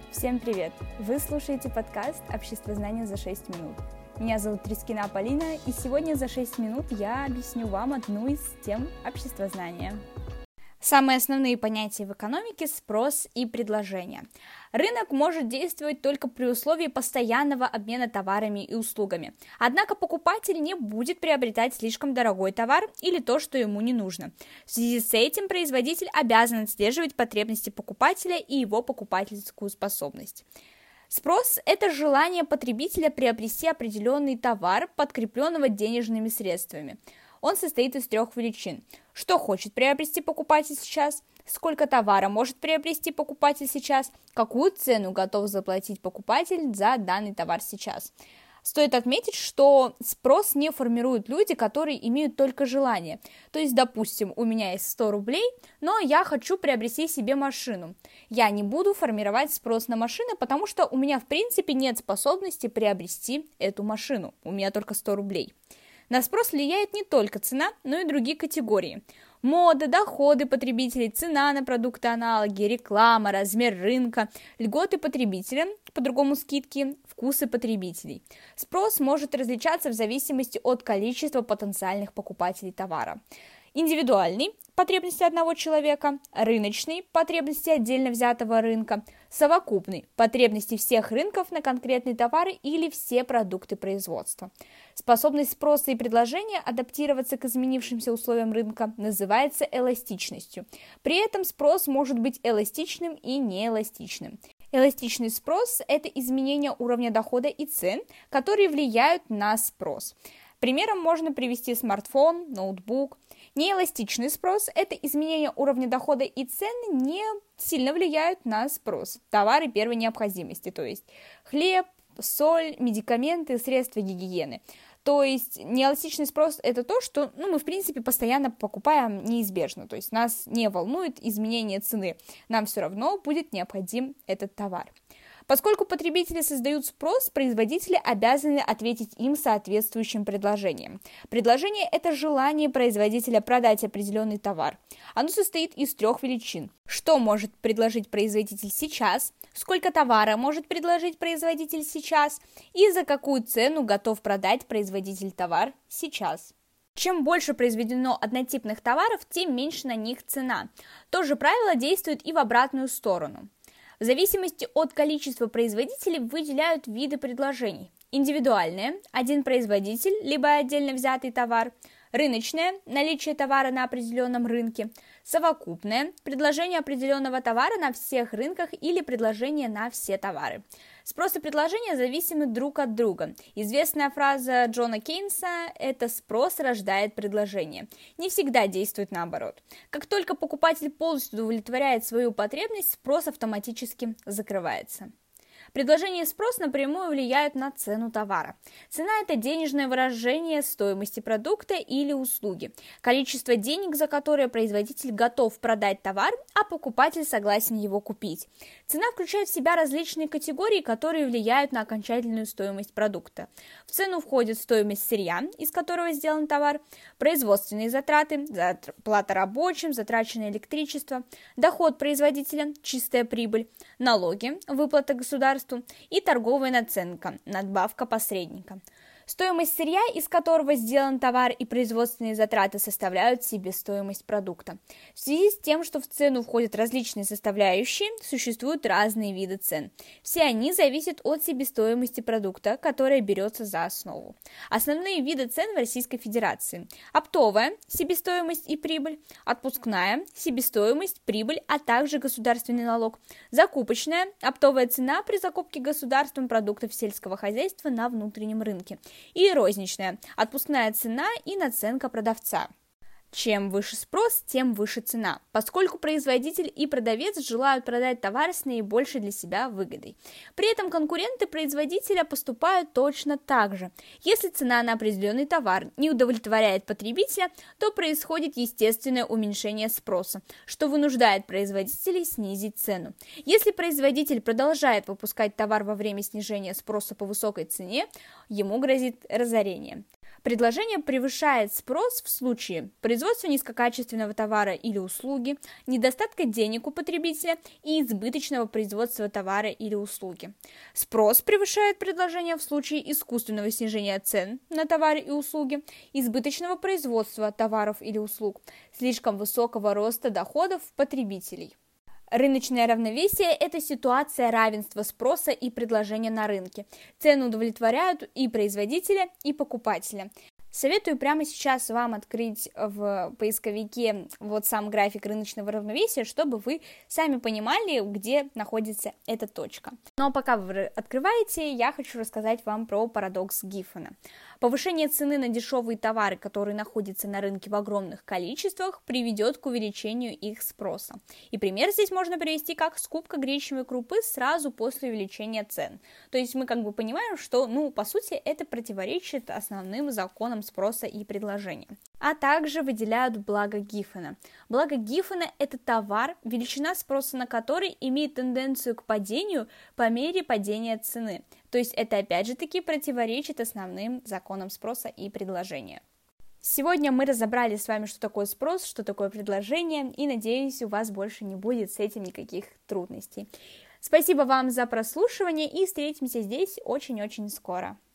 Всем привет! Вы слушаете подкаст «Обществознание за 6 минут». Меня зовут Трискина Полина, и сегодня за 6 минут я объясню вам одну из тем обществознания. Самые основные понятия в экономике – спрос и предложение. Рынок может действовать только при условии постоянного обмена товарами и услугами. Однако покупатель не будет приобретать слишком дорогой товар или то, что ему не нужно. В связи с этим производитель обязан отслеживать потребности покупателя и его покупательскую способность. Спрос – это желание потребителя приобрести определенный товар, подкрепленного денежными средствами. Он состоит из трех величин. Что хочет приобрести покупатель сейчас, сколько товара может приобрести покупатель сейчас, какую цену готов заплатить покупатель за данный товар сейчас. Стоит отметить, что спрос не формируют люди, которые имеют только желание. То есть, допустим, у меня есть 100 рублей, но я хочу приобрести себе машину. Я не буду формировать спрос на машины, потому что у меня в принципе нет способности приобрести эту машину. У меня только 100 рублей. На спрос влияет не только цена, но и другие категории. Мода, доходы потребителей, цена на продукты-аналоги, реклама, размер рынка, льготы потребителя, по-другому скидки, вкусы потребителей. Спрос может различаться в зависимости от количества потенциальных покупателей товара. Индивидуальный – потребности одного человека, рыночный – потребности отдельно взятого рынка, совокупный – потребности всех рынков на конкретные товары или все продукты производства. Способность спроса и предложения адаптироваться к изменившимся условиям рынка называется эластичностью. При этом спрос может быть эластичным и неэластичным. Эластичный спрос – это изменение уровня дохода и цен, которые влияют на спрос. Примером можно привести смартфон, ноутбук. Неэластичный спрос – это изменение уровня дохода и цен не сильно влияют на спрос. Товары первой необходимости, то есть хлеб, соль, медикаменты, средства гигиены. То есть неэластичный спрос – это то, что мы в принципе постоянно покупаем неизбежно. То есть нас не волнует изменение цены. Нам все равно будет необходим этот товар. Поскольку потребители создают спрос, производители обязаны ответить им соответствующим предложением. Предложение – это желание производителя продать определенный товар. Оно состоит из трех величин. Что может предложить производитель сейчас, сколько товара может предложить производитель сейчас и за какую цену готов продать производитель товар сейчас. Чем больше произведено однотипных товаров, тем меньше на них цена. То же правило действует и в обратную сторону. В зависимости от количества производителей выделяют виды предложений. Индивидуальное – один производитель, либо отдельно взятый товар. Рыночное – наличие товара на определенном рынке. Совокупное – предложение определенного товара на всех рынках или предложение на все товары. Спрос и предложение зависимы друг от друга. Известная фраза Джона Кейнса – это спрос рождает предложение. Не всегда действует наоборот. Как только покупатель полностью удовлетворяет свою потребность, спрос автоматически закрывается. Предложение и спрос напрямую влияют на цену товара. Цена – это денежное выражение стоимости продукта или услуги, количество денег, за которое производитель готов продать товар, а покупатель согласен его купить. Цена включает в себя различные категории, которые влияют на окончательную стоимость продукта. В цену входит стоимость сырья, из которого сделан товар, производственные затраты, плата рабочим, затраченное электричество, доход производителя, чистая прибыль, налоги, выплата государству и торговая наценка, надбавка посредника. Стоимость сырья, из которого сделан товар, и производственные затраты составляют себестоимость продукта. В связи с тем, что в цену входят различные составляющие, существуют разные виды цен. Все они зависят от себестоимости продукта, которая берется за основу. Основные виды цен в Российской Федерации: оптовая – себестоимость и прибыль, отпускная – себестоимость, прибыль, а также государственный налог, закупочная – оптовая цена при закупке государством продуктов сельского хозяйства на внутреннем рынке, и розничная – отпускная цена и наценка продавца. Чем выше спрос, тем выше цена, поскольку производитель и продавец желают продать товар с наибольшей для себя выгодой. При этом конкуренты производителя поступают точно так же. Если цена на определенный товар не удовлетворяет потребителя, то происходит естественное уменьшение спроса, что вынуждает производителей снизить цену. Если производитель продолжает выпускать товар во время снижения спроса по высокой цене, ему грозит разорение. Предложение превышает спрос в случае производства низкокачественного товара или услуги, недостатка денег у потребителя и избыточного производства товара или услуги. Спрос превышает предложение в случае искусственного снижения цен на товары и услуги, избыточного производства товаров или услуг, слишком высокого роста доходов потребителей. Рыночное равновесие – это ситуация равенства спроса и предложения на рынке. Цены удовлетворяют и производителя, и покупателя. Советую прямо сейчас вам открыть в поисковике вот сам график рыночного равновесия, чтобы вы сами понимали, где находится эта точка. Но пока вы открываете, я хочу рассказать вам про парадокс Гиффена. Повышение цены на дешевые товары, которые находятся на рынке в огромных количествах, приведет к увеличению их спроса. И пример здесь можно привести как скупка гречневой крупы сразу после увеличения цен. То есть мы понимаем, что, по сути, это противоречит основным законам спроса и предложения. А также выделяют благо Гиффена. Благо Гиффена – это товар, величина спроса на который имеет тенденцию к падению по мере падения цены. То есть это опять же таки противоречит основным законам спроса и предложения. Сегодня мы разобрали с вами, что такое спрос, что такое предложение, и надеюсь, у вас больше не будет с этим никаких трудностей. Спасибо вам за прослушивание и встретимся здесь очень-очень скоро.